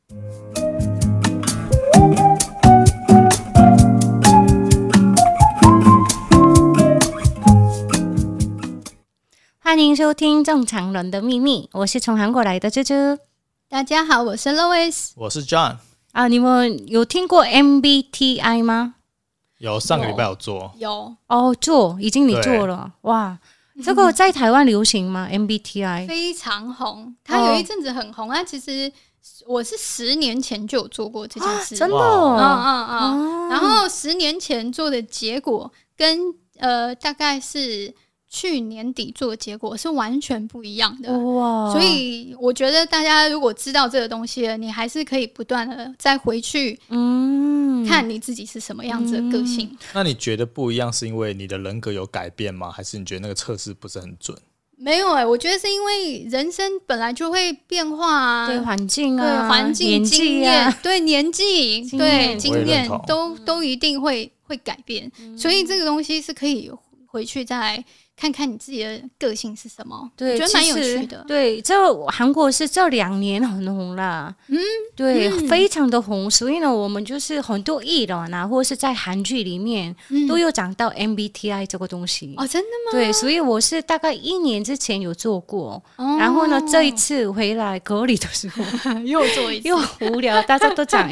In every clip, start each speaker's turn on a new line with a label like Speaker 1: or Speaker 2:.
Speaker 1: 欢迎收听正常人的秘密，我是从韩国来的猪猪。
Speaker 2: 大家好，我是 Louis，
Speaker 3: 我是 John。
Speaker 1: 你们有听过 MBTI 吗？
Speaker 3: 有，上个礼拜有做。
Speaker 2: 有
Speaker 1: 已经你做了哇！这个在台湾流行吗？MBTI
Speaker 2: 非常红，它有一阵子很红。它其实我是10年前就有做过这件事，
Speaker 1: 真的
Speaker 2: 然后10年前做的结果跟大概是去年底做的结果是完全不一样的哇！所以我觉得大家如果知道这个东西了，你还是可以不断的再回去看你自己是什么样子的个性。
Speaker 3: 那你觉得不一样是因为你的人格有改变吗？还是你觉得那个测试不是很准？
Speaker 2: 没有我觉得是因为人生本来就会变化啊，
Speaker 1: 对环境啊，
Speaker 2: 对环境、
Speaker 1: 年纪啊，
Speaker 2: 对年纪、对经验都一定会改变，所以这个东西是可以回去再看看你自己的个性是什么，对，我觉得蛮有趣的。
Speaker 1: 对，这韩国是这2年很红啦，对，非常的红。所以呢，我们就是很多艺人啊，或是在韩剧里面都有讲到 MBTI 这个东西。
Speaker 2: 哦，真的吗？
Speaker 1: 对，所以我是大概1年之前有做过，然后呢，这一次回来隔离的时候
Speaker 2: 又做一次，
Speaker 1: 又无聊，大家都讲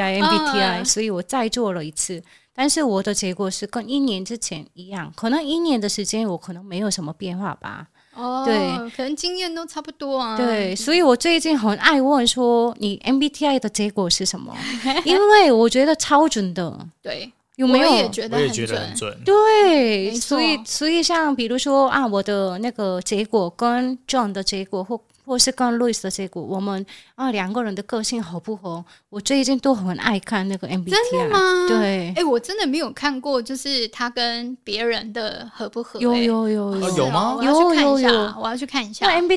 Speaker 1: MBTI，所以我再做了一次。但是我的结果是跟1年之前一样，可能1年的时间我可能没有什么变化吧。对，
Speaker 2: 可能经验都差不多啊。
Speaker 1: 对，所以我最近很爱问说你 MBTI 的结果是什么，因为我觉得超准的。
Speaker 2: 对，
Speaker 1: 有没有？
Speaker 2: 我也觉得很准。
Speaker 1: 对，所以像比如说我的那个结果跟 John 的结果或是跟 Louis 的结果，我们2个人的个性合不合？我最近都很爱看那个 MBTI。
Speaker 2: 真的吗？
Speaker 1: 对，
Speaker 2: 我真的没有看过，就是他跟别人的合不合？
Speaker 1: 有
Speaker 3: 吗？
Speaker 2: 我要去看一下。
Speaker 1: 那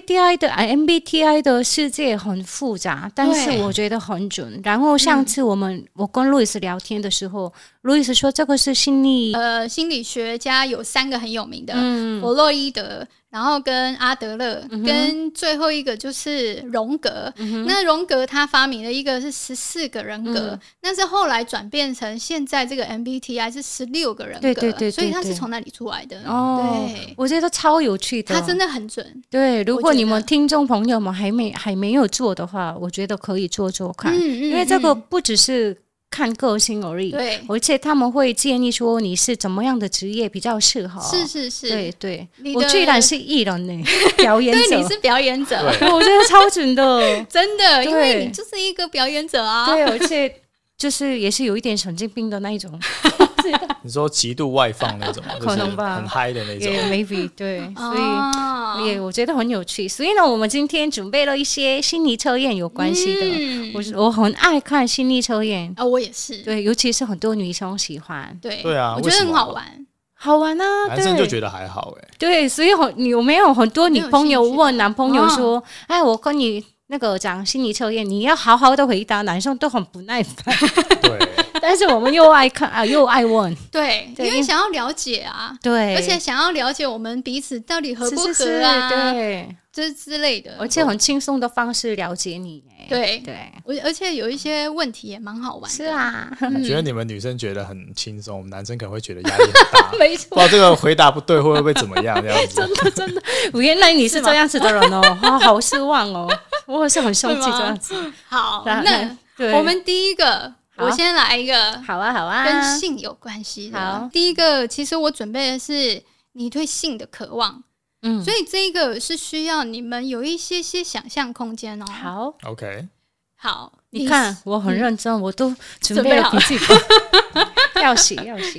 Speaker 1: MBTI 的世界很复杂，但是我觉得很准。然后上次我跟 Louis 聊天的时候，Louis 说这个是心理
Speaker 2: 学家有3个很有名的，弗洛伊德，然后跟阿德勒，跟最后一个就是荣格。那荣格他发明了一个是14个人格，但是后来转变成现在这个 MBTI 是16个人格。对，所以他是从那里出来的。对，
Speaker 1: 我觉得超有趣的，
Speaker 2: 他真的很准。
Speaker 1: 对，如果你们听众朋友们还没有做的话，我觉得可以做做看，因为这个不只是看个性而已，
Speaker 2: 对，
Speaker 1: 而且他们会建议说你是怎么样的职业比较适合。
Speaker 2: 是，
Speaker 1: 对，我居然是艺人呢，表演者。
Speaker 2: 对，你是表演者，
Speaker 1: 我觉得超准的，
Speaker 2: 真的，因为你就是一个表演者啊。
Speaker 1: 对，而且就是也是有一点神经病的那一种。
Speaker 3: 你说极度外放那种，
Speaker 1: 可能吧，
Speaker 3: 很嗨的那种。
Speaker 1: maybe 对，所以我觉得很有趣。所以呢，我们今天准备了一些心理测验有关系的。我很爱看心理测验
Speaker 2: 我也是。
Speaker 1: 对，尤其是很多女生喜欢。
Speaker 3: 对啊，
Speaker 2: 我觉得很好玩。
Speaker 1: 好玩啊！
Speaker 3: 男生就觉得还好
Speaker 1: 对，所以有没有很多女朋友问男朋友说：“我跟你那个讲心理测验，你要好好的回答。”男生都很不耐烦。
Speaker 3: 对。
Speaker 1: 但是我们又爱看又爱问，
Speaker 2: 对，因为想要了解啊，
Speaker 1: 对，
Speaker 2: 而且想要了解我们彼此到底合不合啊，
Speaker 1: 对，
Speaker 2: 这之类的，
Speaker 1: 而且很轻松的方式了解你，
Speaker 2: 对，而且有一些问题也蛮好玩的，
Speaker 1: 是啊，
Speaker 3: 我觉得你们女生觉得很轻松，我们男生可能会觉得压力很大，
Speaker 1: 没错，
Speaker 3: 不知道这个回答不对会不会怎么样这样子，
Speaker 1: 真的，原来你是这样子的人哦，好失望哦，我也是很生气这样子。
Speaker 2: 好，那我们第一个。我先来一个，
Speaker 1: 好啊，
Speaker 2: 跟性有关系的。好，第一个，其实我准备的是你对性的渴望，所以这个是需要你们有一些想象空间哦。
Speaker 1: 好
Speaker 3: ，OK，
Speaker 2: 好，
Speaker 1: 你看我很认真，我都准备了笔记本，要写。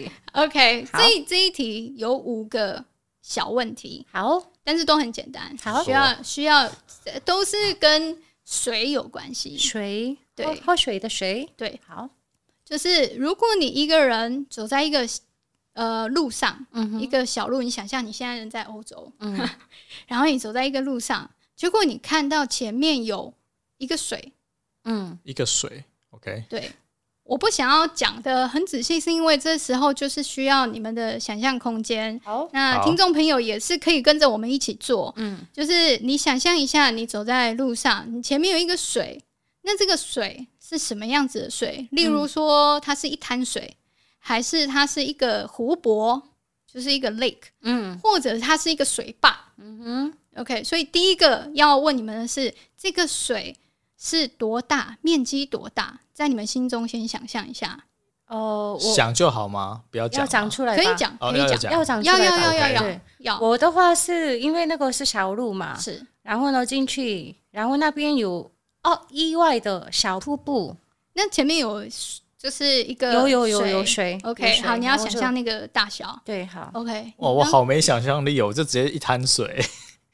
Speaker 2: OK， 这一题有5个小问题，
Speaker 1: 好，
Speaker 2: 但是都很简单，
Speaker 1: 好，
Speaker 2: 需要都是跟水有关系，
Speaker 1: 水。
Speaker 2: 对，
Speaker 1: 喝水的水，
Speaker 2: 对，
Speaker 1: 好，
Speaker 2: 就是如果你一个人走在一个路上，一个小路，你想象你现在人在欧洲，然后你走在一个路上，结果你看到前面有一个水，
Speaker 3: 一个水 ，OK，
Speaker 2: 对，我不想要讲的很仔细，是因为这时候就是需要你们的想象空间。
Speaker 1: 好，
Speaker 2: 那听众朋友也是可以跟着我们一起做。就是你想象一下，你走在路上，你前面有一个水， 那这个水是什么样子的水？例如说它是一滩水，还是它是一个湖泊，就是一个 lake， 或者它是一个水坝。OK， 所以第一个要问你们的是，这个水是多大，面积多大，在你们心中先想象一下。
Speaker 3: 想就好吗？不要讲，
Speaker 1: 要讲出来吧，
Speaker 2: 可以讲，可以讲，
Speaker 1: 要讲出来吧，
Speaker 2: 要。
Speaker 1: 我的话是因为那个是小路嘛，
Speaker 2: 是，
Speaker 1: 然后呢进去，然后那边有意外的小瀑布，
Speaker 2: 那前面有就是一个
Speaker 1: 有水。
Speaker 2: OK， 好，你要想象那个大小。
Speaker 1: 对，好
Speaker 2: ，OK。
Speaker 3: 我好没想象力哦，我就直接一滩水。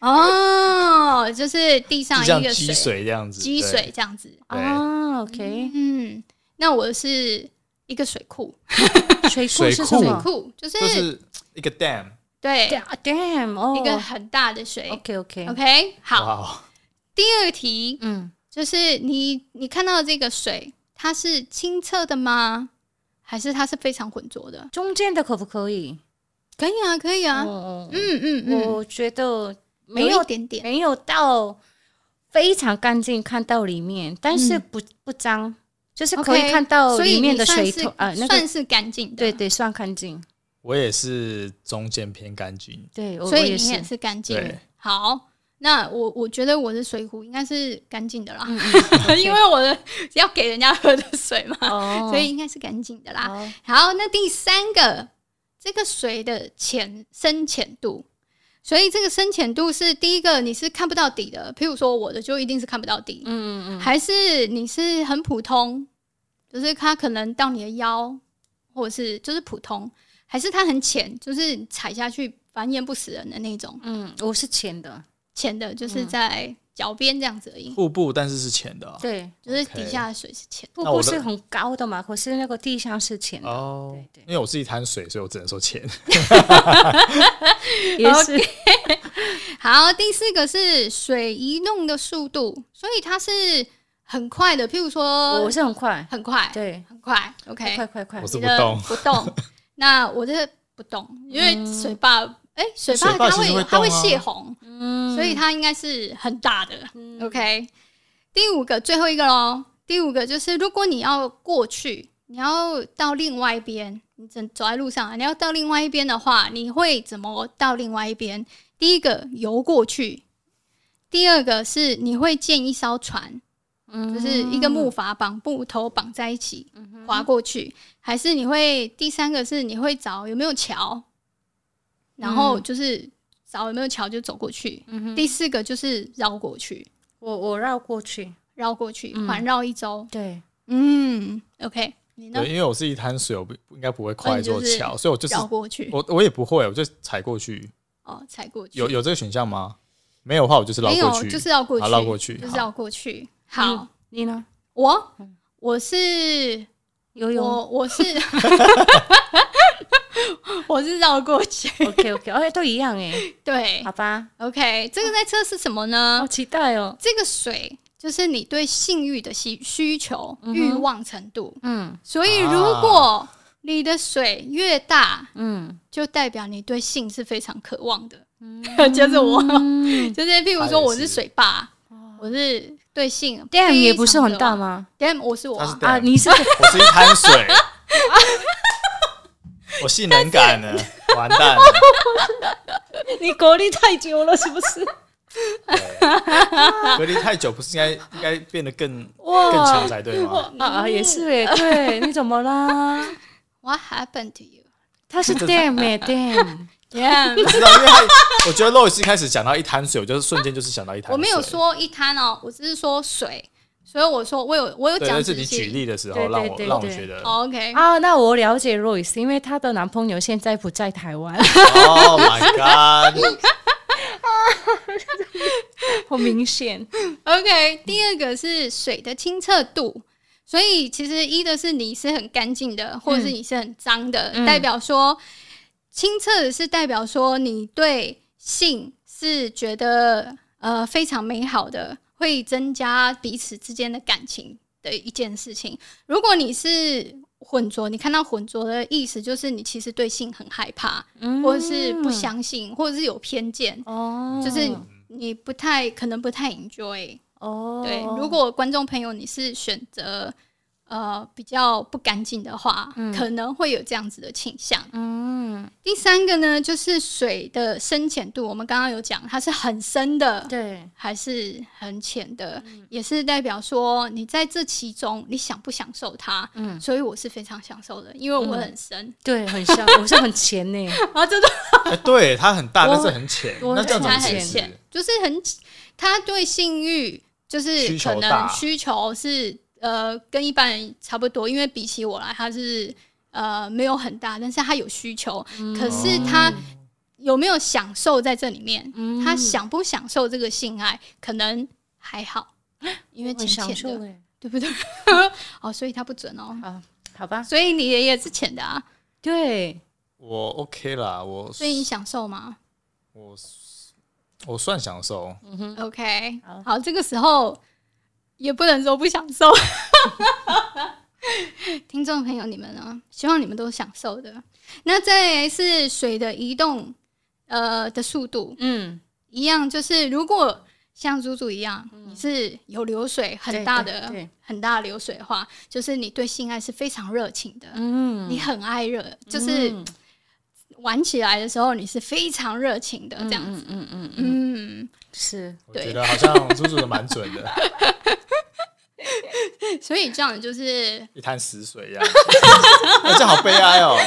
Speaker 2: 就是地上一个
Speaker 3: 积水这样子，
Speaker 2: 积水这样子。
Speaker 1: OK，
Speaker 2: 那我是一个水库，
Speaker 1: 水库是什么？
Speaker 2: 水库就是
Speaker 3: 一个 dam，
Speaker 2: 对
Speaker 1: ，dam，
Speaker 2: 一个很大的水。
Speaker 1: OK，
Speaker 2: 好。第二个题，就是你看到这个水，它是清澈的吗？还是它是非常浑浊的？
Speaker 1: 中间的可不可以？
Speaker 2: 可以啊，可以啊。
Speaker 1: 我觉得没
Speaker 2: 有一点点，
Speaker 1: 没有到非常干净，看到里面，但是不脏。就是可以看到里面的水头
Speaker 2: 算是干净的。
Speaker 1: 对，算干净。
Speaker 3: 我也是中间偏干净。
Speaker 1: 对，
Speaker 2: 所以你也是干净。好，那我觉得我的水壶应该是干净的啦，因为我的要给人家喝的水嘛，所以应该是干净的啦。好，那第三个，这个水的深浅度。所以这个深浅度是第一个，你是看不到底的，譬如说我的就一定是看不到底，还是你是很普通，就是它可能到你的腰，或者是就是普通，还是它很浅，就是踩下去繁衍不死人的那种。
Speaker 1: 我是浅的
Speaker 2: 就是在脚边这样子而已。
Speaker 3: 瀑布，但是浅的。
Speaker 1: 对，
Speaker 2: 就是底下的水是浅的。
Speaker 1: 瀑布是很高的嘛，可是那个地上是浅的。对，
Speaker 3: 因为我是一滩水，所以我只能说浅。
Speaker 1: 也是。
Speaker 2: 好，第四个是水移动的速度，所以它是很快的。譬如说，
Speaker 1: 我是很快，
Speaker 2: 对，很快。OK，
Speaker 1: 快。
Speaker 3: 我是
Speaker 2: 不动。那我这不动，因为水坝它会泄洪，所以它应该是很大的。OK， 第五个，最后一个咯。第五个就是如果你要过去，你要到另外一边，你走在路上，你要到另外一边的话，你会怎么到另外一边？第一个游过去，第二个是你会建一艘船，就是一个木筏木头绑在一起划过去，还是第三个是你会找有没有桥，然后就是找有没有桥就走过去，第四个就是绕过去。
Speaker 1: 我绕过去，
Speaker 2: 环绕一周。
Speaker 1: 对
Speaker 2: ，OK， 你呢？
Speaker 3: 对，因为我是一滩水，我应该不会跨一座桥，所以我就是
Speaker 2: 绕过去。
Speaker 3: 我也不会，我就踩过去。
Speaker 2: 踩过去。
Speaker 3: 有这个选项吗？没有的话，我就是绕过去。
Speaker 2: 没有，就是绕过去。
Speaker 3: 绕过去，
Speaker 2: 就是绕过去。好，
Speaker 1: 你呢？
Speaker 2: 我是
Speaker 1: 游泳，
Speaker 2: 我是我是绕过去。
Speaker 1: OK， 都一样哎。
Speaker 2: 对，
Speaker 1: 好吧。
Speaker 2: OK， 这个在测试什么呢？
Speaker 1: 好期待哦。
Speaker 2: 这个水就是你对性欲的需求、欲望程度。所以如果你的水越大，就代表你对性是非常渴望的。就是我，就是譬如说我是水坝，我是对性
Speaker 1: dam 也不是很大吗
Speaker 2: ？dam 我是
Speaker 1: 你是
Speaker 3: 我是一滩水，我性能感了，完蛋了。
Speaker 1: 你隔离太久了是不是？
Speaker 3: 隔离太久不是应该变得更强才对吗？
Speaker 1: 也是耶，对，你怎么啦
Speaker 2: ？What happened to you？
Speaker 1: 他是 dam 耶 dam。
Speaker 3: 我知道，因为我觉得 Lois 一开始讲到一滩水，我就是瞬间就是想到一滩水。
Speaker 2: 我没有说一滩哦，我只是说水，所以我说我有讲。
Speaker 3: 是你举例的时候让我觉得。
Speaker 2: OK
Speaker 1: 那我了解 Lois， 因为她的男朋友现在不在台湾。
Speaker 3: Oh my god！
Speaker 1: 好明显。
Speaker 2: OK， 第二个是水的清澈度。所以其实一的是你是很干净的，或者是你是很脏的，代表说清澈的是代表说你对性是觉得非常美好的，会增加彼此之间的感情的一件事情。如果你是混浊，你看到混浊的意思就是你其实对性很害怕，或者是不相信，或者是有偏见，就是你可能不太 enjoy 对，如果观众朋友你是选择比较不干净的话，可能会有这样子的倾向。第三个呢，就是水的深浅度，我们刚刚有讲，它是很深的，
Speaker 1: 对，
Speaker 2: 还是很浅的，也是代表说你在这其中你享不享受它。所以我是非常享受的，因为我很深，
Speaker 1: 对，很深，我是很浅呢。
Speaker 2: 啊，真的，
Speaker 3: 对，它很大，但是很浅，那这样
Speaker 2: 它
Speaker 3: 子
Speaker 2: 很浅，就是它对性欲就是可能需求是跟一般人差不多，因为比起我来，他是没有很大，但是他有需求，可是他有没有享受在这里面？他享不享受这个性爱，可能还好，因为浅浅的，对不对？哦，所以他不准哦。
Speaker 1: 好吧，
Speaker 2: 所以你也是浅的啊？
Speaker 1: 对，
Speaker 3: 我 OK 啦，
Speaker 2: 所以你享受吗？
Speaker 3: 我算享受。
Speaker 2: OK， 好，这个时候也不能说不享受。听众朋友，你们呢？希望你们都享受的。那再来是水的移动的速度，一样，就是如果像猪猪一样，你是有流水很大的很大的流水的话，就是你对性爱是非常热情的，你很爱热，就是玩起来的时候你是非常热情的这样子，
Speaker 1: 是，
Speaker 3: 我觉得好像猪猪的蛮准的。
Speaker 2: 所以这样就是
Speaker 3: 一滩死水一样，这好悲哀哦。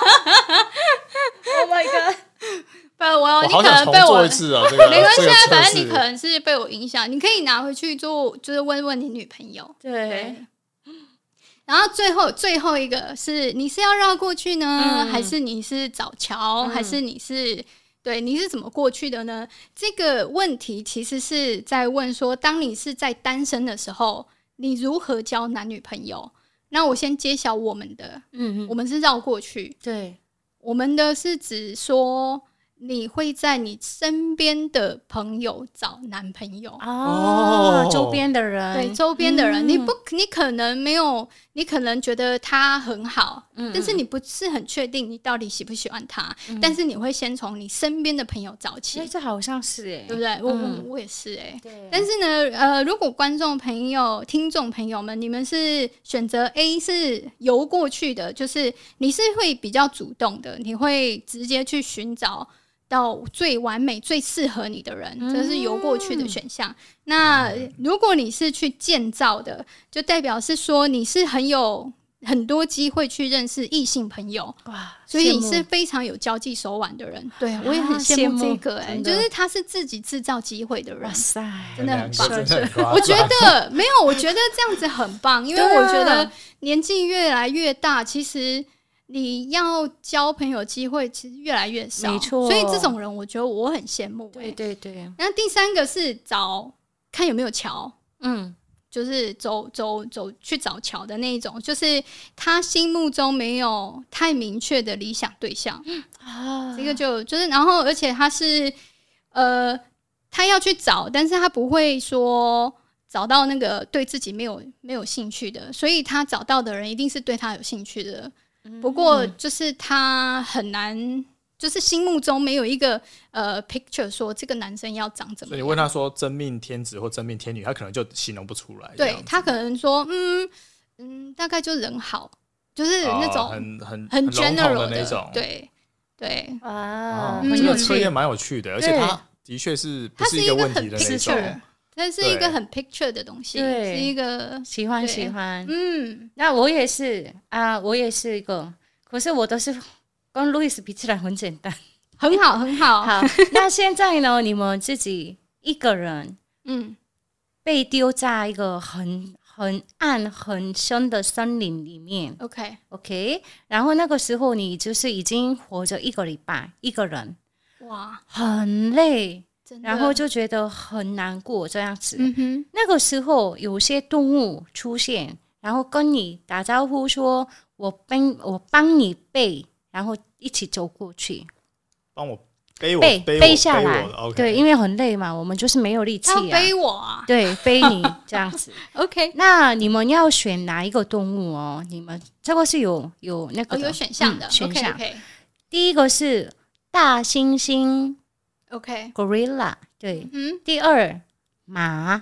Speaker 2: Oh my god！
Speaker 3: 我好想重做一次哦，这个
Speaker 2: 没关系啊，反正你可能是被我影响，你可以拿回去做，就是问问你女朋友。对。然后最后一个是，你是要绕过去呢，还是你是找桥，还是你是怎么过去的呢？这个问题其实是在问说，当你是在单身的时候，你如何交男女朋友？那我先揭晓我们的，我们是绕过去，
Speaker 1: 对，
Speaker 2: 我们的是指说，你会在你身边的朋友找男朋友
Speaker 1: 周边的人，
Speaker 2: 对，周边的人，你可能没有，你可能觉得他很好，但是你不是很确定你到底喜不喜欢他，但是你会先从你身边的朋友找起，
Speaker 1: 这好像是
Speaker 2: 对不对？我也是但是呢，如果观众朋友、听众朋友们，你们是选择 A 是游过去的，就是你是会比较主动的，你会直接去寻找到最完美、最适合你的人，这是游过去的选项。那如果你是去建造的，就代表是说你是很多机会去认识异性朋友，所以你是非常有交际手腕的人。对，我也很羡慕这个就是他是自己制造机会的人。哇塞，真的很棒！我觉得没有，我觉得这样子很棒，因为我觉得年纪越来越大，其实你要交朋友机会其实越来越少，没错。所以这种人，我觉得我很羡慕。对。那第三个是看有没有桥，就是走去找桥的那一种，就是他心目中没有太明确的理想对象这个就是然后而且他是他要去找，但是他不会说找到那个对自己没有兴趣的，所以他找到的人一定是对他有兴趣的。不过就是他很难，就是心目中没有一个picture 说这个男生要长怎么样。所以
Speaker 3: 你问他说真命天子或真命天女，他可能就形容不出来。
Speaker 2: 对，他可能说大概就人好，就是那种很 general 的那种。对
Speaker 3: 这个测验蛮有趣的，而且他的确是不是一个问题的那种。
Speaker 2: 它是一个很 picture 的东西，是一个
Speaker 1: 喜欢。那我也是我也是一个，可是我都是跟路易斯比起来很简单，
Speaker 2: 很好。
Speaker 1: 好，那现在呢，你们自己一个人，被丢在一个很暗很深的森林里面 ，OK， 然后那个时候你就是已经活着1个礼拜，一个人，哇，很累。然后就觉得很难过这样子，那个时候有些动物出现，然后跟你打招呼说我帮你背，然后一起走过去，
Speaker 3: 帮我
Speaker 1: 背下来，对，因为很累嘛，我们就是没有力气
Speaker 2: 他背我啊，
Speaker 1: 对，背你这样子
Speaker 2: OK，
Speaker 1: 那你们要选哪一个动物哦？你们这个是有那个
Speaker 2: 有选项的
Speaker 1: OK， 第一个是大猩猩，
Speaker 2: OK，
Speaker 1: gorilla， 对，第二马，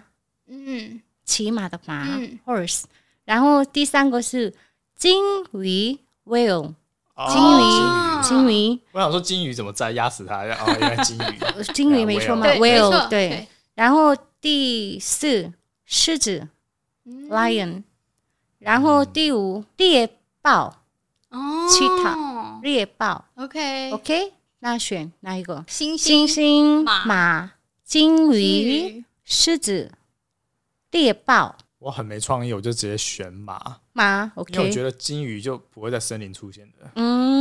Speaker 1: 骑马的马，horse。然后第3个是金鱼 whale， 金鱼。
Speaker 3: 我想说金鱼怎么在压死它？原来金鱼，
Speaker 1: 金鱼没错嘛 ，whale 对。然后第4狮子 lion， 然后第5猎豹cheetah 猎豹。OK， 那选哪一个？猩猩、马、金鱼、狮子、猎豹。
Speaker 3: 我很没创意，我就直接选马。
Speaker 1: OK，
Speaker 3: 因为我觉得金鱼就不会在森林出现的。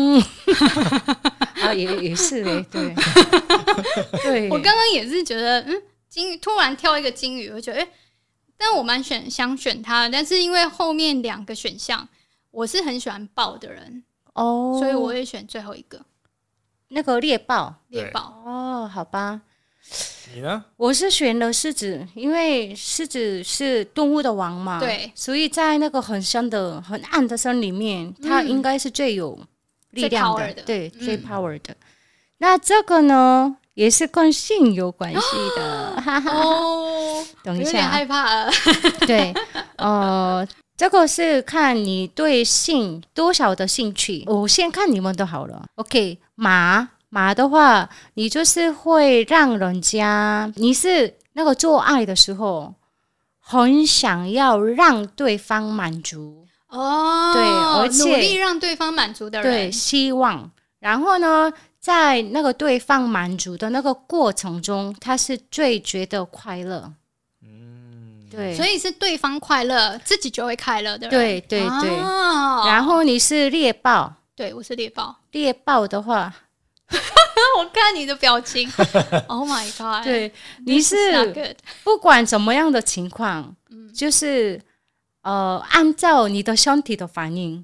Speaker 1: 也是嘞，对。对，
Speaker 2: 我刚刚也是觉得，金鱼突然挑一个金鱼，我觉得，但我蛮想选它，但是因为后面2个选项，我是很喜欢豹的人所以我会选最后一个，
Speaker 1: 那个猎豹。好吧。
Speaker 3: 你呢？
Speaker 1: 我是选了狮子，因为狮子是动物的王嘛，
Speaker 2: 对，
Speaker 1: 所以在那个很深的、很暗的森里面，它应该是最有力量的，对，最 power 的。那这个呢，也是跟性有关系的，等一下，
Speaker 2: 有点害怕了。
Speaker 1: 对，这个是看你对性多少的兴趣。我先看你们的好了。OK， 马的话，你就是会让人家，你是那个做爱的时候，很想要让对方满足对，而且
Speaker 2: 努力让对方满足的人，
Speaker 1: 对，希望。然后呢，在那个对方满足的那个过程中，他是最觉得快乐。对，
Speaker 2: 所以是对方快乐，自己就会快乐的人。
Speaker 1: 对对对。然后你是猎豹，
Speaker 2: 对，我是猎豹。
Speaker 1: 猎豹的话。
Speaker 2: 我看你的表情，Oh my god！
Speaker 1: 对，你是不管怎么样的情况，就是按照你的身体的反应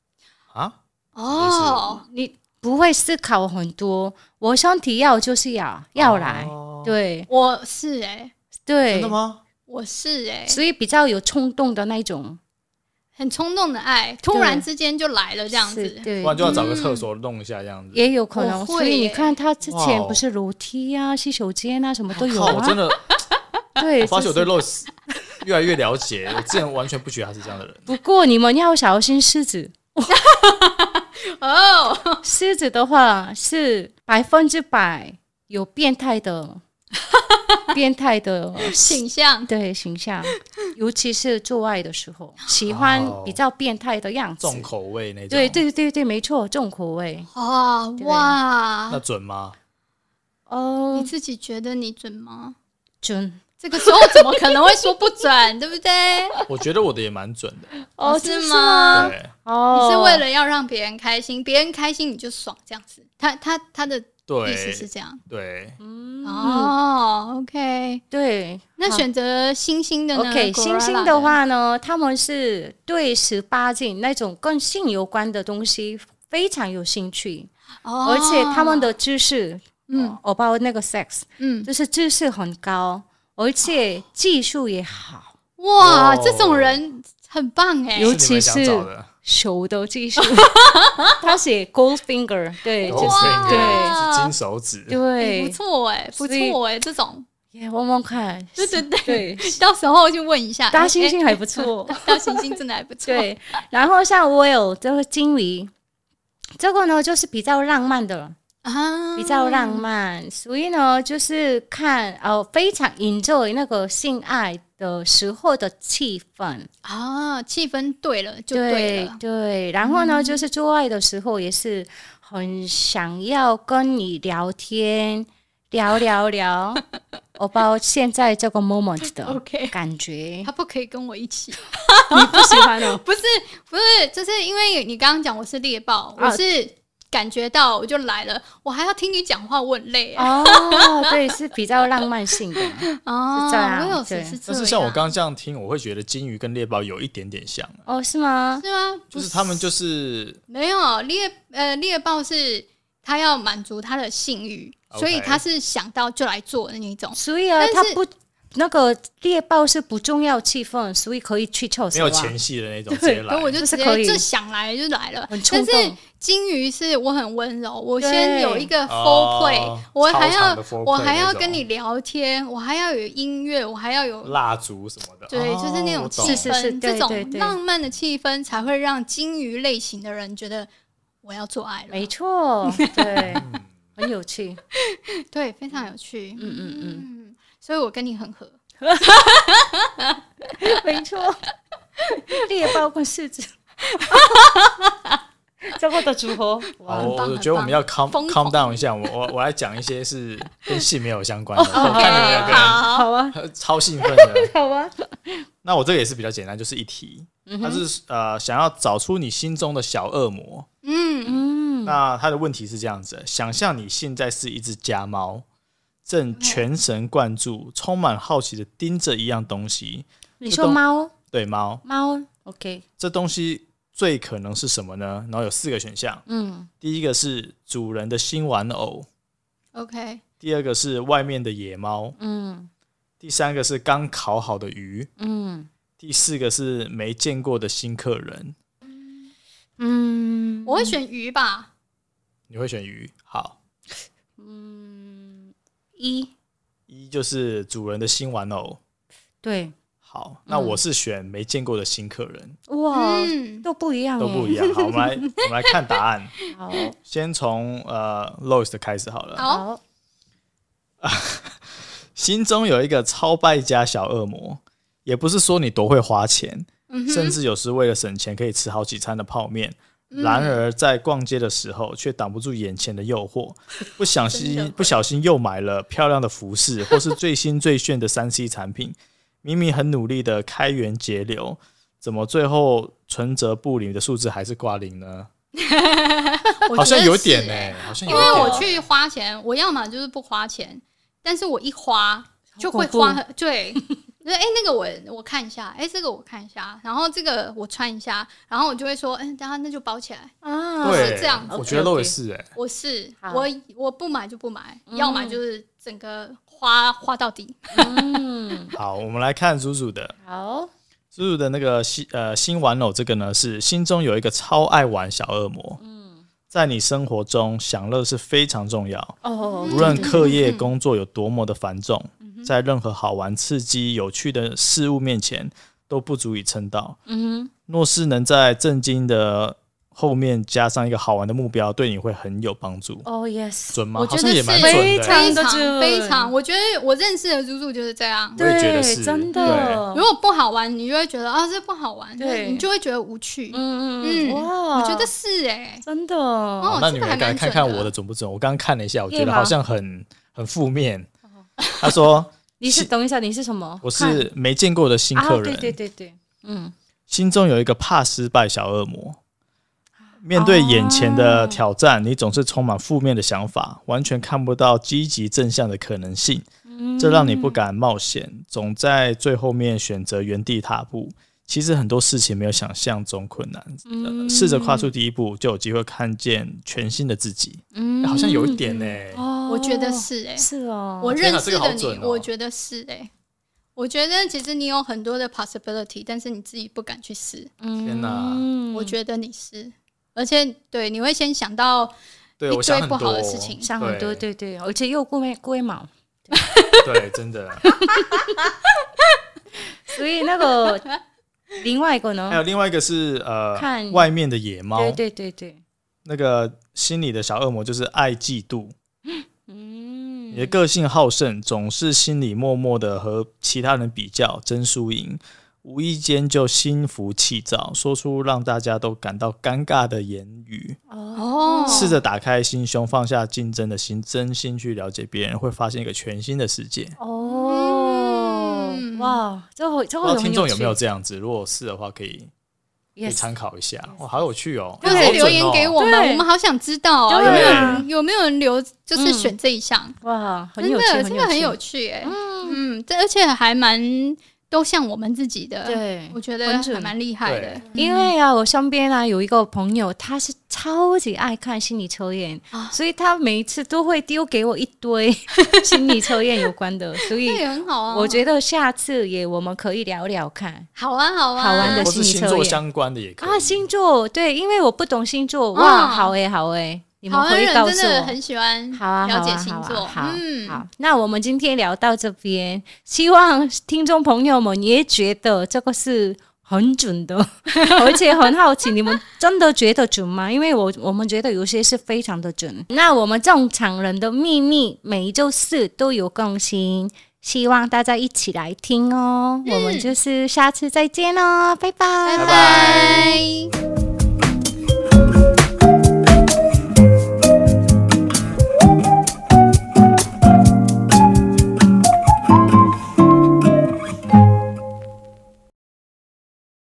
Speaker 1: 你不会思考很多，我身体要就是要来，对，
Speaker 2: 我是
Speaker 1: 对，
Speaker 3: 真的吗？
Speaker 2: 我是
Speaker 1: 所以比较有冲动的那种。
Speaker 2: 很冲动的爱，突然之间就来了这样子，
Speaker 1: 对，
Speaker 3: 不然就要找个厕所弄一下这样子，
Speaker 1: 也有可能。所以你看他之前不是楼梯啊、洗手间啊什么都有
Speaker 3: 我真的，
Speaker 1: 对，
Speaker 3: 我发现我对 Rose 越来越了解，我之前完全不觉得他是这样的人。
Speaker 1: 不过你们要小心狮子狮子的话是100%有变态的
Speaker 2: 形象，
Speaker 1: 对，形象，尤其是做爱的时候，喜欢比较变态的样子，
Speaker 3: 重口味那种。
Speaker 1: 对对对对，没错，重口味。
Speaker 2: 哇，
Speaker 3: 那准吗？
Speaker 2: 你自己觉得你准吗？
Speaker 1: 准。
Speaker 2: 这个时候怎么可能会说不准，对不对？
Speaker 3: 我觉得我的也蛮准
Speaker 2: 的。是吗？
Speaker 3: 对，
Speaker 2: 你是为了要让别人开心，别人开心你就爽，这样子。他的意思是这样。
Speaker 3: 对，
Speaker 2: OK，
Speaker 1: 对。
Speaker 2: 那选择星星的呢
Speaker 1: ？OK， 星星的话呢，他们是对18禁那种跟性有关的东西非常有兴趣，而且他们的知识，about 那个 sex，就是知识很高。而且技术也好，
Speaker 2: 哇，这种人很棒
Speaker 1: 尤其是手的技术。他写 gold finger， 对，就是
Speaker 3: 对，金手指，
Speaker 1: 对，
Speaker 2: 不错不错这种，
Speaker 1: 问问看，
Speaker 2: 对，到时候就问一下，
Speaker 1: 大猩猩还不错，
Speaker 2: 大猩猩真的还不错。
Speaker 1: 对，然后像 whale 这个金鱼，这个呢就是比较浪漫的。比较浪漫，所以呢，就是看非常 enjoy 那个性爱的时候的气氛
Speaker 2: 气氛对了就对了，
Speaker 1: 对。然后呢，就是做爱的时候也是很想要跟你聊天，聊about 现在这个 moment 的感觉。
Speaker 2: 他不可以跟我一起，
Speaker 1: 你不喜欢哦？
Speaker 2: 不是，就是因为你刚刚讲我是猎豹，我是。感觉到我就来了，我还要听你讲话，我很累
Speaker 1: 对，是比较浪漫性的是这样。
Speaker 3: 但是像我刚刚这样听，我会觉得金鱼跟猎豹有一点点像。
Speaker 1: 是吗？
Speaker 2: 是吗？
Speaker 3: 就是他们就是
Speaker 2: 没有猎豹是他要满足他的性欲，所以他是想到就来做的那种。
Speaker 1: 所以那个猎豹是不重要气氛，所以可以去厕所，
Speaker 3: 没有前戏的那种，直接来，
Speaker 2: 我就直接就想来就来了。但是金鱼是我很温柔，我先有一个 foreplay，我还要跟你聊天，我还要有音乐，我还要有
Speaker 3: 蜡烛什么的，
Speaker 2: 对，就是那种气氛，这种浪漫的气氛才会让金鱼类型的人觉得我要做爱了。
Speaker 1: 没错，对，很有趣，
Speaker 2: 对，非常有趣，所以我跟你很合。
Speaker 1: 没错，猎豹跟狮子这个的组合，
Speaker 3: 我觉得我们要 calm down 一下。我来讲一些是跟性没有相关的，我看你们
Speaker 1: 好啊，
Speaker 3: 超兴奋的，
Speaker 1: 好啊。
Speaker 3: 那我这个也是比较简单，就是一题，它是想要找出你心中的小恶魔。那他的问题是这样子：想象你现在是一只家猫。正全神贯注、充满好奇的盯着一样东西。
Speaker 1: 你说猫？
Speaker 3: 对，猫。
Speaker 1: OK。
Speaker 3: 这东西最可能是什么呢？然后有4个选项。第一个是主人的新玩偶。
Speaker 2: OK。
Speaker 3: 第二个是外面的野猫。第3个是刚烤好的鱼。第4个是没见过的新客人。
Speaker 2: 我会选鱼吧。
Speaker 3: 你会选鱼？好。
Speaker 1: 一
Speaker 3: 就是主人的新玩偶。
Speaker 1: 对，
Speaker 3: 好，那我是选没见过的新客人。
Speaker 1: 哇，都不一样，
Speaker 3: 都不一样。好，我们来看答案。
Speaker 1: 好，
Speaker 3: 先从Lois 开始好了。
Speaker 2: 好，
Speaker 3: 心中有一个超败家小恶魔，也不是说你多会花钱，甚至有时为了省钱可以吃好几餐的泡面。然而在逛街的时候却挡不住眼前的诱惑，不小心又买了漂亮的服饰或是最新最炫的 3C 产品。明明很努力的开源节流，怎么最后存折簿里的数字还是挂0呢？好像有点好像有点。
Speaker 2: 因为我去花钱，我要么就是不花钱，但是我一花就会花对。那个我看一下，这个我看一下，然后这个我穿一下，然后我就会说，等下那就包起来啊，
Speaker 3: 对，
Speaker 2: 是这样子。
Speaker 3: 我觉得都是
Speaker 2: 我不买就不买，要买就是整个花到底。
Speaker 3: 好，我们来看祖祖的。
Speaker 1: 好，
Speaker 3: 祖祖的那个新玩偶，这个呢是心中有一个超爱玩小恶魔。在你生活中，享乐是非常重要。无论课业工作有多么的繁重。在任何好玩、刺激、有趣的事物面前，都不足以撑到。若是能在震惊的后面加上一个好玩的目标，对你会很有帮助。
Speaker 1: yes，
Speaker 3: 准吗？
Speaker 2: 我觉得是
Speaker 3: 非
Speaker 2: 常。我觉得我认识的猪猪就是这样。
Speaker 3: 我也觉得是
Speaker 1: 真的。
Speaker 2: 如果不好玩，你就会觉得这不好玩，你就会觉得无趣。哇，我觉得是
Speaker 1: 真的。
Speaker 3: 那你们来看看我的准不准？我刚刚看了一下，我觉得好像很负面。他说。
Speaker 1: 等一下，你是什么？
Speaker 3: 我是没见过的新客人。
Speaker 1: 对，
Speaker 3: 心中有一个怕失败小恶魔，面对眼前的挑战，你总是充满负面的想法，完全看不到积极正向的可能性，这让你不敢冒险，总在最后面选择原地踏步。其实很多事情没有想象中困难，试着跨出第一步，就有机会看见全新的自己。好像有一点
Speaker 2: 我觉得是
Speaker 1: 是哦，
Speaker 2: 我认识的你，我觉得是我觉得其实你有很多的 possibility， 但是你自己不敢去试。
Speaker 3: 天哪，
Speaker 2: 我觉得你是，而且对，你会先想到一堆不好的事情，
Speaker 1: 想很多，对，而且又龟毛，
Speaker 3: 对，真的。
Speaker 1: 所以那个。另外一个呢？
Speaker 3: 还有另外一个是看外面的野猫。
Speaker 1: 对，
Speaker 3: 那个心里的小恶魔就是爱嫉妒。你的个性好胜，总是心里默默的和其他人比较争输赢，无意间就心浮气躁，说出让大家都感到尴尬的言语。试着打开心胸，放下竞争的心，真心去了解别人，会发现一个全新的世界。
Speaker 1: 哇，这
Speaker 3: 不知道听众有没有这样子？如果是的话，可以参考一下。哇，好有趣哦！
Speaker 2: 或者留言给我们，我们好想知道有没有人留，就是选这一项。
Speaker 1: 哇，
Speaker 2: 真的这个很有趣而且还蛮都像我们自己的，
Speaker 1: 对，
Speaker 2: 我觉得还蛮厉害的。
Speaker 1: 因为我身边有一个朋友，他是超级爱看心理测验，所以他每一次都会丢给我一堆心理测验有关的，所以
Speaker 2: 也很好啊。
Speaker 1: 我觉得下次我们可以聊聊看。
Speaker 2: 好啊，好啊，
Speaker 1: 好玩的心理测验，
Speaker 3: 或是星座相关的也可以
Speaker 1: 啊。星座对，因为我不懂星座，哇，好诶，好诶。你们可以告诉我，
Speaker 2: 真的很喜欢了解星座。
Speaker 1: 好，那我们今天聊到这边，希望听众朋友们也觉得这个是很准的，而且很好奇，你们真的觉得准吗？因为我们觉得有些是非常的准。那我们正常人的秘密每周四都有更新，希望大家一起来听哦。我们就是下次再见哦，拜拜，
Speaker 2: 拜拜。